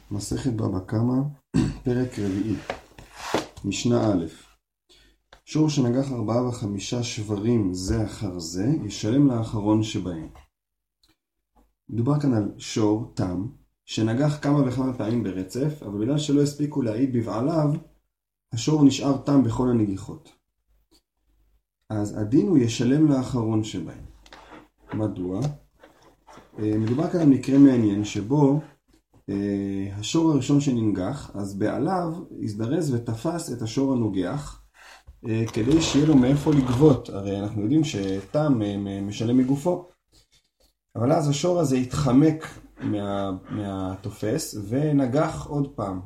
מסכת בבא קמא, פרק רביעי, משנה א'. שור שנגח 4 ו5 שברים זה אחר זה, ישלם לאחרון שבהם. מדובר כאן על שור תם, שנגח כמה וכמה פעמים ברצף, אבל בגלל שלא הספיקו להעיד בבעליו, השור נשאר תם בכל הנגיחות. אז הדין הוא ישלם לאחרון שבהם. מדוע? מדובר כאן על מקרה מעניין שבו השור הראשון שננגח, אז בעליו הזדרז ותפס את השור הנוגח, כדי שיהיה לו מאיפה לגבות. הרי אנחנו יודעים שתם משלם מגופו. אבל אז השור הזה התחמק מהתופס ונגח עוד פעם.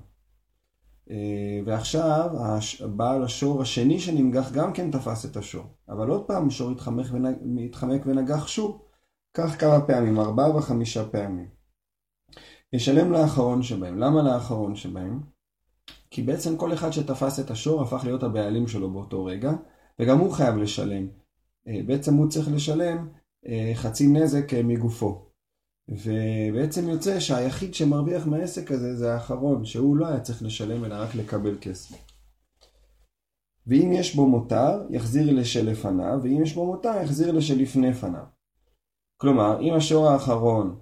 ועכשיו בעל השור השני שננגח גם כן תפס את השור. אבל עוד פעם השור התחמק ונגח שוב. כך כמה פעמים, 4 ו5 פעמים. ישלם לאחרון שבהם. למה לאחרון שבהם? כי בעצם כל אחד שתפס את השור הפך להיות הבעלים שלו באותו רגע, וגם הוא חייב לשלם. בעצם הוא צריך לשלם חצי נזק מגופו. ובעצם יוצא שהיחיד שמרוויח מהעסק הזה זה האחרון, שהוא לא היה צריך לשלם אלא רק לקבל כסף. ואם יש בו מותר, יחזיר לשלפניו, ואם יש בו מותר, יחזיר לשלפני פניו. כלומר, אם השור האחרון,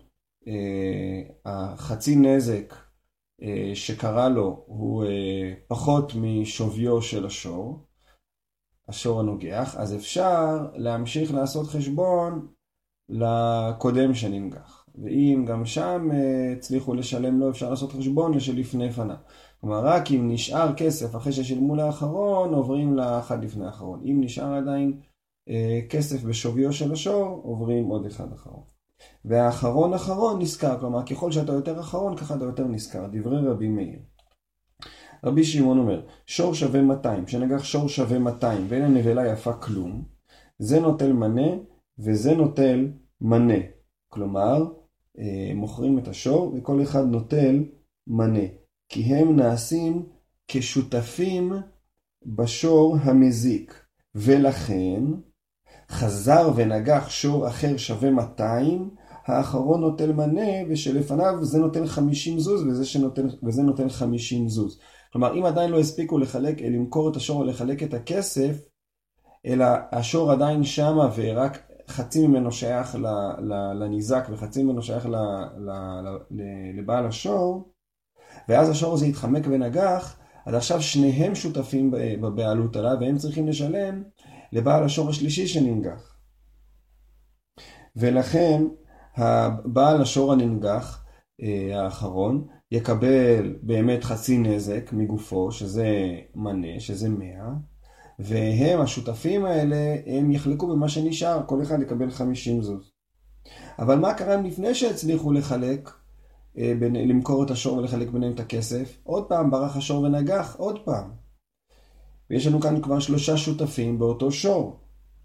החצי נזק שקרה לו הוא פחות משוויו של השור הנוגח, אז אפשר להמשיך לעשות חשבון לקודם שננגח. ואם גם שם הצליחו לשלם לו, אפשר לעשות חשבון לשלפני פניו. כלומר, רק אם נשאר כסף אחרי ששילמו לאחרון, עוברים לאחד לפני האחרון. אם נשאר עדיין כסף בשוויו של השור, עוברים עוד אחד אחרון. והאחרון נזכר, כלומר, ככל שאתה יותר אחרון, ככה אתה יותר נזכר. דברי רבי מאיר. רבי שמעון אומר, שור שווה 200, שנגח שור שווה 200, ואין הנבלה יפה כלום, זה נוטל מנה, וזה נוטל מנה. כלומר, מוכרים את השור, וכל אחד נוטל מנה. כי הם נעשים כשותפים בשור המזיק. ולכן, חזר ונגח שור אחר שווה 200, האחרון נוטל מנה, ושלפניו זה נוטל 50 זוז, וזה נוטל 50 זוז. כלומר, אם עדיין לא הספיקו למכור את השור או לחלק את הכסף, אלא השור עדיין שמה ורק חצי ממנו שייך לניזק וחצי ממנו שייך לבעל השור, ואז השור הזה יתחמק ונגח, אז עכשיו שניהם שותפים בבעלות עליו, והם צריכים לשלם לבעל השור השלישי שננגח. ולכן הבעל השור הננגח האחרון יקבל באמת חצי נזק מגופו, שזה מנה, שזה 100, והם השותפים האלה הם יחלקו במה שנשאר, כל אחד יקבל 50 זוז. אבל מה קרה לפני שהצליחו למכור את השור ולחלק ביניהם את הכסף? עוד פעם ברח השור ונגח, עוד פעם. ויש לנו כאן כבר 3 שותפים באותו שור.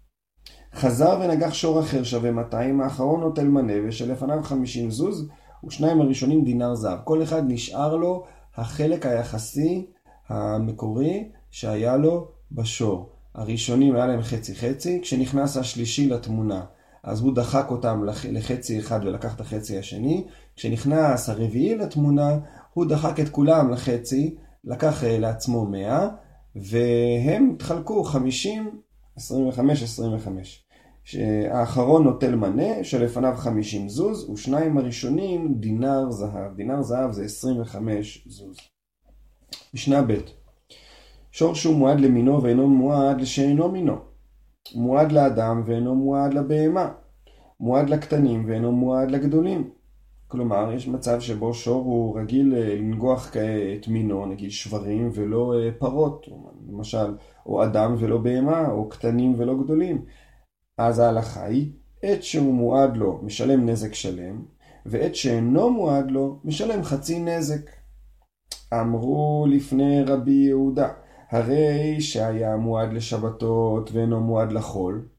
חזר ונגח שור אחר שווה 200, האחרון נוטל מנה ושלפניו 50 זוז, ושניים הראשונים דינר זהב. כל אחד נשאר לו החלק היחסי המקורי שהיה לו בשור. הראשונים היה להם חצי חצי, כשנכנס השלישי לתמונה, אז הוא דחק אותם לחצי אחד ולקח את החצי השני. כשנכנס הרביעי לתמונה, הוא דחק את כולם לחצי, לקח לעצמו 100, והם התחלקו 50, 25, 25. האחרון נוטל מנה, שלפניו 50 זוז, ושניים הראשונים דינר זהב. דינר זהב זה 25 זוז. משנה ב'. שור שהוא מועד למינו ואינו מועד לשאינו מינו. מועד לאדם ואינו מועד לבהמה. מועד לקטנים ואינו מועד לגדולים. כלומר, יש מצב שבו שור הוא רגיל לנגוח את מינו, נגיד שברים ולא פרות, למשל, או אדם ולא בהמה, או קטנים ולא גדולים. אז ההלכה היא, עת שהוא מועד לו משלם נזק שלם, ועת שאינו מועד לו משלם חצי נזק. אמרו לפני רבי יהודה, הרי שהיה מועד לשבתות ואינו מועד לחול.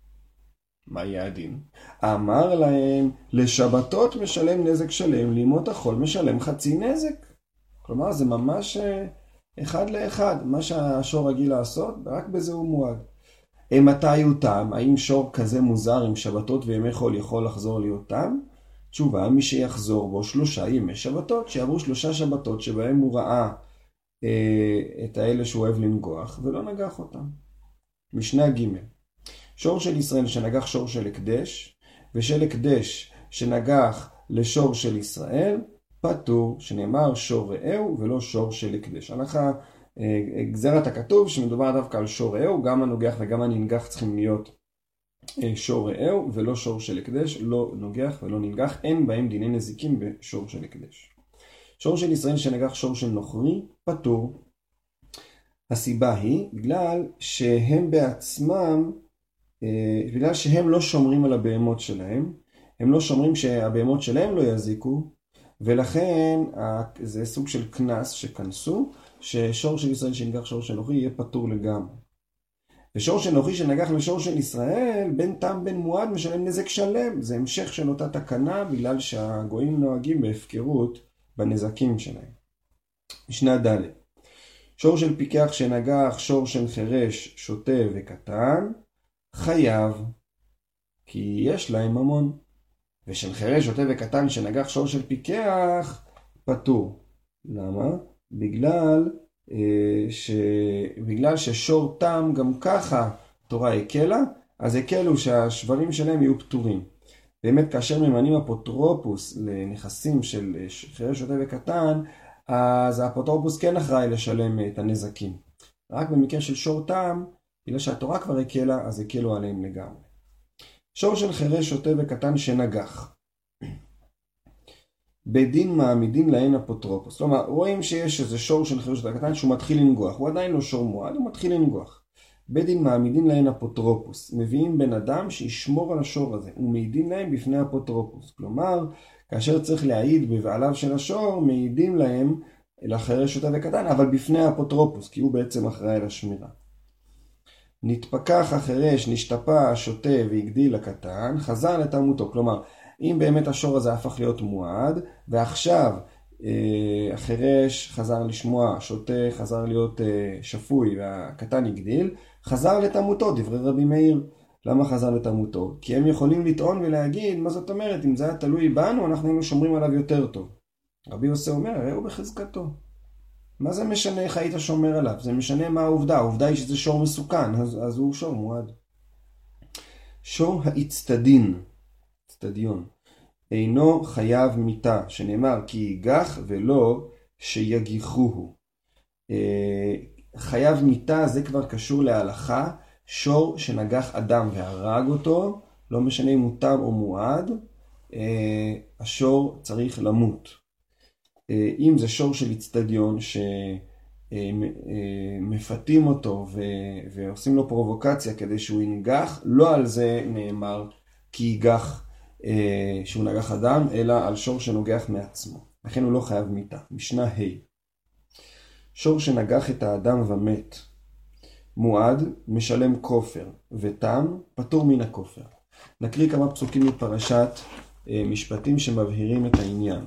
מה יהיה הדין? אמר להם, לשבתות משלם נזק שלם, לימות החול משלם חצי נזק. כלומר, זה ממש אחד לאחד, מה שהשור רגיל לעשות, רק בזה הוא מועד. מתי הוא תם? האם שור כזה מוזר עם שבתות וימי חול יכול לחזור להיות תם? תשובה, מי שיחזור בו 3 ימי שבתות, שיעברו 3 שבתות שבהם הוא ראה את האלה שהוא אוהב לנגוח, ולא נגח אותם. משנה ג' שור של ישראל שנגח שור של הקדש, ושל הקדש שנגח לשור של ישראל, פטור, שנאמר שור רעהו ולא שור של הקדש. הלכה גזרת הכתוב שמדובר דווקא על שור רעהו, גם הנוגח וגם הננגח צריכים להיות שור רעהו ולא שור של הקדש, לא נוגח ולא ננגח, אין בהם דיני נזיקים בשור של הקדש. שור של ישראל שנגח שור של נוכרי, פטור. הסיבה היא בגלל שהם בעצמם, בגלל שהם לא שומרים על הבהמות שלהם, הם לא שומרים שהבהמות שלהם לא יזיקו, ולכן זה סוג של כנס שכנסו, ששור של ישראל שנגח שור של נוכרי יהיה פטור לגמרי. ושור של נוכרי שנגח לשור של ישראל, בין תם בין מועד משלם נזק שלם. זה המשך של אותה תקנה, בגלל שהגויים נוהגים בהפקרות בנזקים שלהם. משנה ד' שור של פיקח שנגח שור של חרש, שוטה וקטן, חייב, כי יש להם ממון. ושל חרש, שוטה וקטן שנגח שור של פיקח, פטור. למה? בגלל ששור תם גם ככה תורה הקלה, אז הקלו שהשברים שלהם יהיו פטורים. באמת כאשר ממנים אפוטרופוס לנכסים של חרש, שוטה וקטן, אז האפוטרופוס כן אחראי לשלם את הנזקים. רק במקרה של שור תם, בגלל שהתורה כבר הקלה, אז הקלו עליהם לגמרי. שור של חרש, שוטה וקטן שנגח. בדין מעמידים להן אפוטרופוס. כלומר, רואים שיש איזה שור של חרש, שוטה וקטן שהוא מתחיל לנגוח. הוא עדיין לא שור מועד, הוא מתחיל לנגוח. בדין מעמידים להן אפוטרופוס. מביאים בן אדם שישמור על השור הזה. ומעידים להם בפני אפוטרופוס. כלומר, כאשר צריך להעיד בבעליו של השור, מעידים להם לחרש, שוטה וקטן, אבל בפני האפוטרופוס, כי הוא בעצם אחראי לשמירה. נתפקח החרש, נשתפע השוטה והגדיל הקטן, חזר לתמותו. כלומר, אם באמת השור הזה הפך להיות מועד, ועכשיו החרש חזר לשמוע, השוטה חזר להיות שפוי, והקטן הגדיל, חזר לתמותו, דברי רבי מאיר. למה חזר לתמותו? כי הם יכולים לטעון ולהגיד, מה זאת אומרת, אם זה היה תלוי בנו, אנחנו היינו שומרים עליו יותר טוב. רבי יוסי אומר, הרי הוא בחזקתו. מה זה משנה איך היית שומר עליו? זה משנה מה העובדה. העובדה היא שזה שור מסוכן, אז הוא שור מועד. שור האצטדין, אצטדיון, אינו חייב מיתה, שנאמר כי ייגח ולא שיגיחוהו. חייב מיתה זה כבר קשור להלכה, שור שנגח אדם והרג אותו, לא משנה אם הוא תם או מועד, השור צריך למות. אם זה שור של אצטדיון שמפתים אותו ועושים לו פרובוקציה כדי שהוא ינגח, לא על זה נאמר כי ייגח שהוא נגח אדם, אלא על שור שנוגח מעצמו. לכן הוא לא חייב מיתה. משנה ה' שור שנגח את האדם ומת, מועד משלם כופר, ותם פטור מן הכופר. נקריא כמה פסוקים מפרשת משפטים שמבהירים את העניין.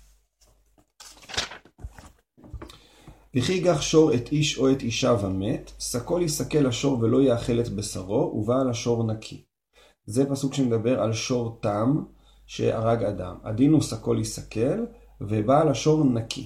וכי ייגח שור את איש או את אישה ומת, סקול יסקל השור ולא יאכל את בשרו, ובעל השור נקי. זה פסוק שמדבר על שור תם שהרג אדם. הדין הוא סקול יסקל, ובעל השור נקי.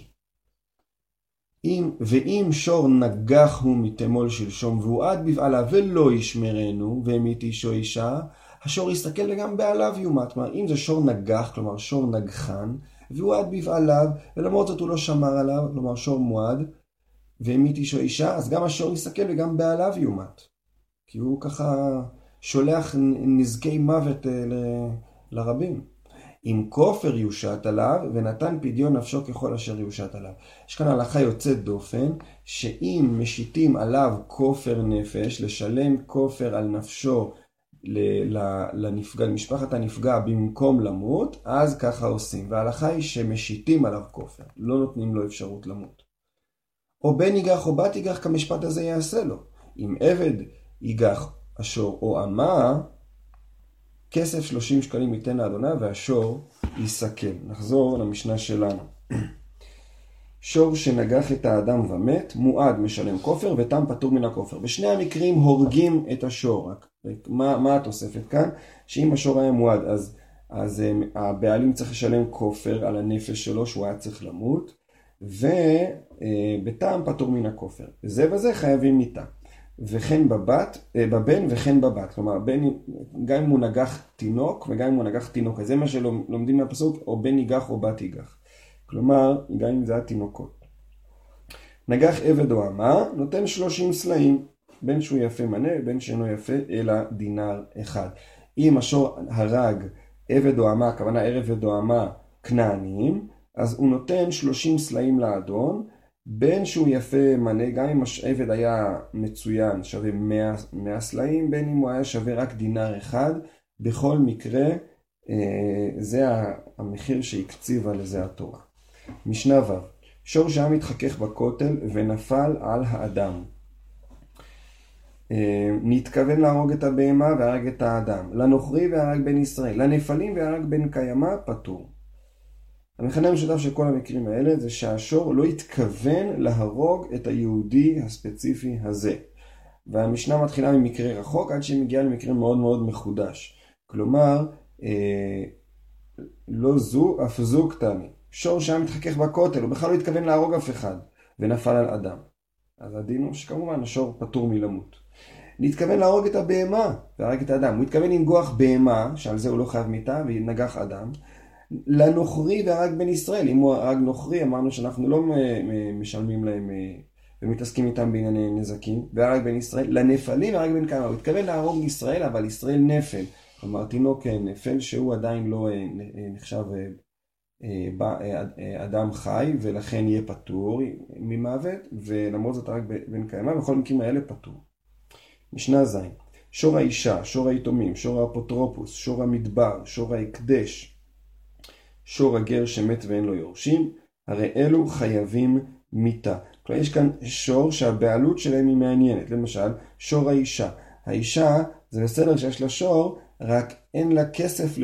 ואם שור נגח הוא מתמול שלשום, והוא עד בבעלה ולא ישמרנו, והמית איש או אישה, השור יסתכל וגם בעליו יומת. כלומר, אם זה שור נגח, כלומר שור נגחן, והוא עד בבעליו, ולמרות זאת הוא לא שמר עליו, כלומר שור מועד, והמית איש או אישה, אז גם השור יסתכל וגם בעליו יומת. כי הוא ככה שולח נזקי מוות לרבים. אם כופר יושת עליו, ונתן פדיון נפשו ככל אשר יושת עליו. יש כאן הלכה יוצאת דופן, שאם משיתים עליו כופר נפש, לשלם כופר על נפשו למשפחת הנפגע במקום למות, אז ככה עושים. וההלכה היא שמשיתים עליו כופר, לא נותנים לו אפשרות למות. או בן ייגח או בת ייגח, כמשפט הזה יעשה לו. אם עבד ייגח השור או אמה, כסף 30 שקלים ייתן לאדוני והשור יסכל. נחזור למשנה שלנו. שור שנגח את האדם ומת, מועד משלם כופר ותם פטור מן הכופר. בשני המקרים הורגים את השור. מה התוספת כאן? שאם השור היה מועד, אז אז הבעלים צריך לשלם כופר על הנפש שלו שהוא היה צריך למות, ובטעם פטור מן הכופר. זה וזה חייבים מיתה. וכן בבן וכן בבת. כלומר, גם אם הוא נגח תינוק וגם אם הוא נגח תינוק. אז זה מה שלומדים מהפסוק, או בן ניגח או בת ייגח. כלומר, גם אם זה התינוקות. נגח עבד או אמה, נותן 30 סלעים. בין שהוא יפה מנה, בין שאינו יפה, אלא דינר אחד. אם השור הרג עבד או אמה, הכוונה עבד או אמה כנעניים, אז הוא נותן 30 סלעים לאדון, בין שהוא יפה מנה, גם אם העבד היה מצוין, שווה 100 סלעים, בין אם הוא היה שווה רק דינר אחד, בכל מקרה, זה המחיר שהקציבה לזה התורה. משנה ו' שור שהיה מתחכך בכותל ונפל על האדם. נתכוון להרוג את הבהמה והרג את האדם, לנוכרי והרג בן ישראל, לנפלים והרג בן קיימה, פטור. המכנה המשותף של כל המקרים האלה זה שהשור לא התכוון להרוג את היהודי הספציפי הזה. והמשנה מתחילה ממקרה רחוק עד שהיא מגיעה למקרה מאוד מאוד מחודש. כלומר, לא זו אף זו קטני. שור שהיה מתחכך בכותל, הוא בכלל לא התכוון להרוג אף אחד, ונפל על אדם. אז הדין הוא שכמובן השור פטור מלמות. נתכוון להרוג את הבהמה והרג את האדם. הוא התכוון לנגוח בהמה, שעל זה הוא לא חייב מיתה, ונגח אדם. לנוכרי והרג בן ישראל. אם הוא הרג נוכרי, אמרנו שאנחנו לא משלמים להם ומתעסקים איתם בענייני נזקים. והרג בן ישראל. לנפלים והרג בן קיימה. הוא התכוון להרוג ישראל, אבל ישראל נפל. כלומר, תינוק נפל שהוא עדיין לא נחשב אדם חי, ולכן יהיה פטור ממוות, ולמרות זאת הרג בן קיימה, בכל מקרים האלה פטור. משנה ז' שור האישה, שור היתומים, שור האפוטרופוס, שור המדבר, שור ההקדש, שור הגר שמת ואין לו יורשים, הרי אלו חייבים מיתה. כלומר, יש כאן שור שהבעלות שלהם היא מעניינת. למשל, שור האישה. האישה, זה בסדר שיש לה שור, רק אין לה כסף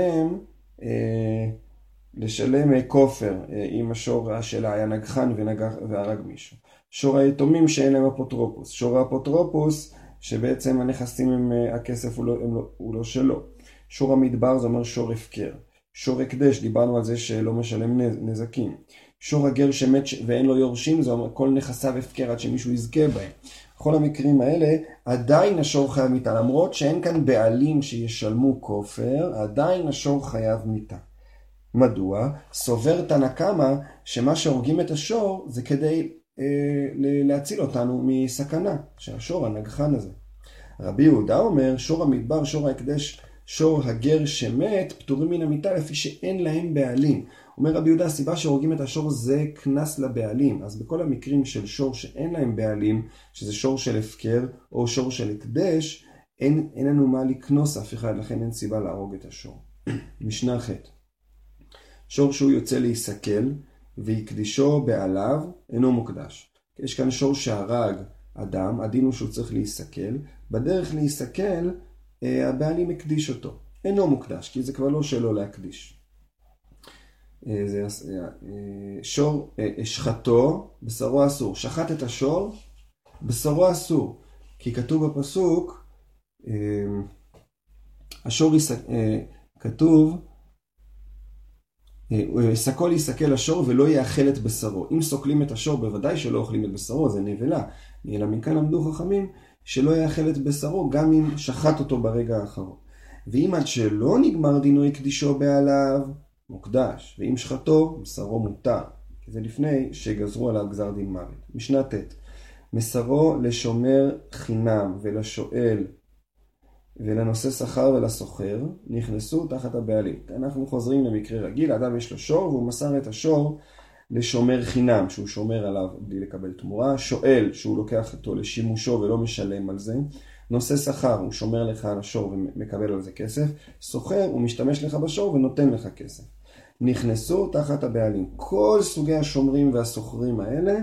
לשלם כופר, אם השור שלה היה נגחן והרג מישהו. שור היתומים שאין להם אפוטרופוס. שור האפוטרופוס, שבעצם הנכסים הם, הכסף הוא לא שלו. שור המדבר זה אומר שור הפקר. שור הקדש, דיברנו על זה שלא משלם נזקים. שור הגר שמת ואין לו יורשים, זה אומר כל נכסיו הפקר עד שמישהו יזכה בהם. בכל המקרים האלה, עדיין השור חייב מיתה. למרות שאין כאן בעלים שישלמו כופר, עדיין השור חייב מיתה. מדוע? סובר תנא קמא שמה שהורגים את השור זה כדי להציל אותנו מסכנה, שהשור הנגחן הזה. רבי יהודה אומר, שור המדבר, שור ההקדש, שור הגר שמת, פטורים מן המיתה לפי שאין להם בעלים. אומר רבי יהודה, הסיבה שהורגים את השור זה כנס לבעלים. אז בכל המקרים של שור שאין להם בעלים, שזה שור של הפקר או שור של הקדש, אין לנו מה לקנוס אף אחד, לכן אין סיבה להרוג את השור. משנה ח' שור שהוא יוצא להיסכל ויקדישו בעליו אינו מוקדש. יש כאן שור שהרג אדם, הדין הוא שהוא צריך להיסכל, בדרך להיסכל הבעלים הקדיש אותו. אינו מוקדש, כי זה כבר לא שלו להקדיש. שור שחטו, בשרו אסור. שחט את השור, בשרו אסור. כי כתוב בפסוק, השור כתוב, סקול יסקל השור ולא יאכל את בשרו. אם סוקלים את השור, בוודאי שלא אוכלים את בשרו, זה נבלה. אלא מכאן למדו חכמים שלא יאכל את בשרו, גם אם שחט אותו ברגע האחרון. ואם עד שלא נגמר דינו יקדישו בעליו, מוקדש. ואם שחטו, בשרו מותר. כי זה לפני שגזרו עליו גזר דין מוות. משנה ט' מסרו לשומר חינם ולשואל ולנושא שכר ולסוחר נכנסו תחת הבעלים. אנחנו חוזרים למקרה רגיל, האדם יש לו שור והוא מסר את השור לשומר חינם שהוא שומר עליו בלי לקבל תמורה, שואל שהוא לוקח אותו לשימושו ולא משלם על זה, נושא שכר הוא שומר לך על השור ומקבל על זה כסף, סוחר הוא משתמש לך בשור ונותן לך כסף. נכנסו תחת הבעלים. כל סוגי השומרים והסוחרים האלה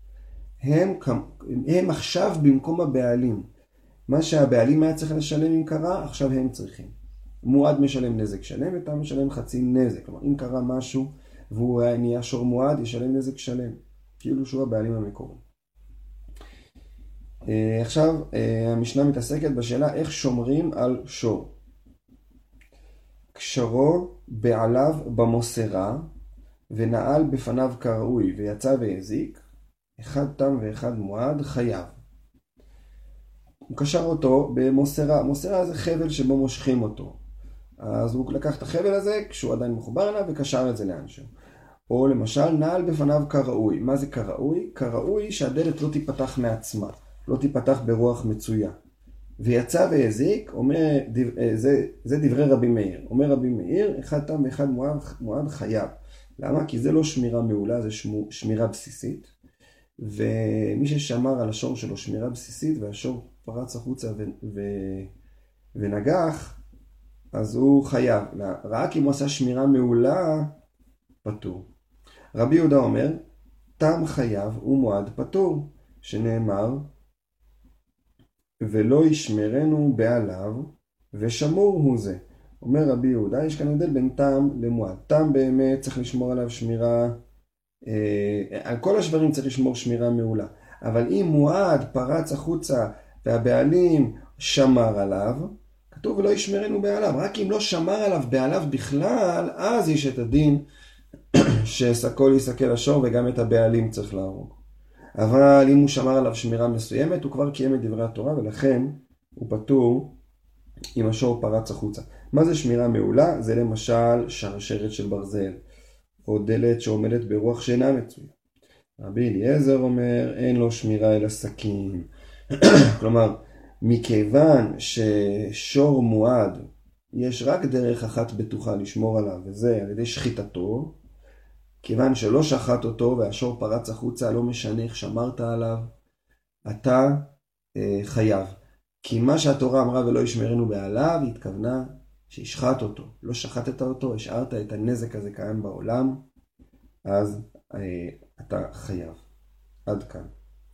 הם עכשיו במקום הבעלים. מה שהבעלים היה צריך לשלם אם קרה, עכשיו הם צריכים. מועד משלם נזק שלם, ואתה משלם חצי נזק. כלומר, אם קרה משהו והוא נהיה שור מועד, ישלם נזק שלם. כאילו שהוא הבעלים המקורי. עכשיו, המשנה מתעסקת בשאלה איך שומרים על שור. קשרו בעליו במוסרה, ונעל בפניו כראוי, ויצא והזיק, אחד תם ואחד מועד, חייב. הוא קשר אותו במוסרה. מוסרה זה חבל שבו מושכים אותו. אז הוא לקח את החבל הזה כשהוא עדיין מחובר אליו וקשר את זה לאנשהו. או למשל, נעל בפניו כראוי. מה זה כראוי? כראוי שהדלת לא תיפתח מעצמה, לא תיפתח ברוח מצויה. ויצא והזיק, אומר, זה דברי רבי מאיר. אומר רבי מאיר, אחד תם ואחד מועד חייב. למה? כי זה לא שמירה מעולה, זה שמירה בסיסית. ומי ששמר על השור שלו שמירה בסיסית, והשור פרץ החוצה ונגח, אז הוא חייב. רק אם הוא עשה שמירה מעולה, פטור. רבי יהודה אומר, תם חייב ומועד פטור, שנאמר, ולא ישמרנו בעליו, ושמור הוא זה. אומר רבי יהודה, יש כאן הבדל בין תם למועד. תם באמת צריך לשמור עליו שמירה, על כל השברים צריך לשמור שמירה מעולה. אבל אם מועד פרץ החוצה והבעלים שמר עליו, כתוב ולא ישמרנו בעליו. רק אם לא שמר עליו בעליו בכלל, אז יש את הדין שסקול יסקל השור וגם את הבעלים צריך להרוג. אבל אם הוא שמר עליו שמירה מסוימת, הוא כבר קיים את דברי התורה, ולכן הוא פטור אם השור פרץ החוצה. מה זה שמירה מעולה? זה למשל שרשרת של ברזל, או דלת שעומדת ברוח שאינה מצויה. רבי אליעזר אומר, אין לו שמירה אלא סכין. כלומר, מכיוון ששור מועד, יש רק דרך אחת בטוחה לשמור עליו, וזה על ידי שחיטתו. כיוון שלא שחט אותו והשור פרץ החוצה, לא משנה איך שמרת עליו, אתה חייב. כי מה שהתורה אמרה ולא ישמרנו בעליו, היא התכוונה שהשחט אותו. לא שחטת אותו, השארת את הנזק הזה קיים בעולם, אז אתה חייב. עד כאן.